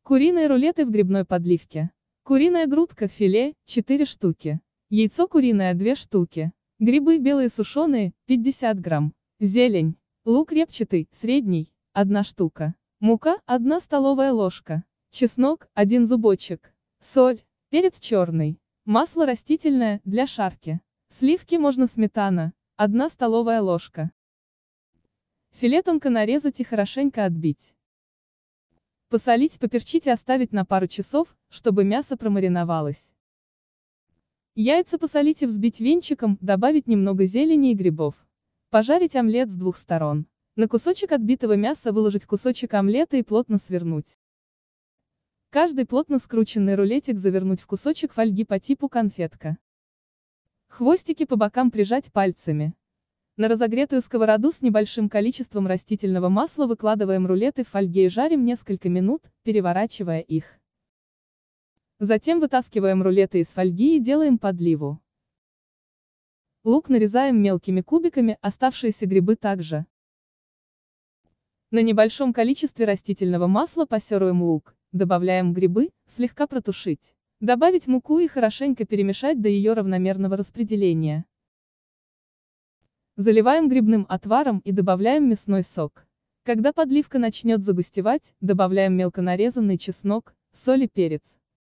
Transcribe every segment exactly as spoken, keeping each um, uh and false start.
Куриные рулеты в грибной подливке. Куриная грудка филе, четыре штуки. Яйцо куриное две штуки. Грибы белые сушеные, пятьдесят грамм. Зелень. Лук репчатый, средний, одна штука. Мука, одна столовая ложка. Чеснок, один зубочек. Соль, перец черный. Масло растительное, для шарки. Сливки можно сметана, одна столовая ложка. Филе тонко нарезать и хорошенько отбить. Посолить, поперчить и оставить на пару часов, чтобы мясо промариновалось. Яйца посолить и взбить венчиком, добавить немного зелени и грибов. Пожарить омлет с двух сторон. На кусочек отбитого мяса выложить кусочек омлета и плотно свернуть. Каждый плотно скрученный рулетик завернуть в кусочек фольги по типу конфетка. Хвостики по бокам прижать пальцами. На разогретую сковороду с небольшим количеством растительного масла выкладываем рулеты в фольге и жарим несколько минут, переворачивая их. Затем вытаскиваем рулеты из фольги и делаем подливу. Лук нарезаем мелкими кубиками, оставшиеся грибы также. На небольшом количестве растительного масла пассеруем лук, добавляем грибы, слегка протушить. Добавить муку и хорошенько перемешать до ее равномерного распределения. Заливаем грибным отваром и добавляем мясной сок. Когда подливка начнет загустевать, добавляем мелко нарезанный чеснок, соль и перец.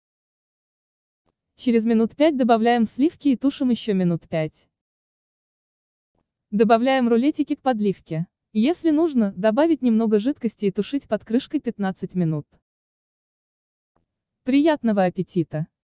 Через минут пять добавляем сливки и тушим еще минут пять. Добавляем рулетики к подливке. Если нужно, добавить немного жидкости и тушить под крышкой пятнадцать минут. Приятного аппетита!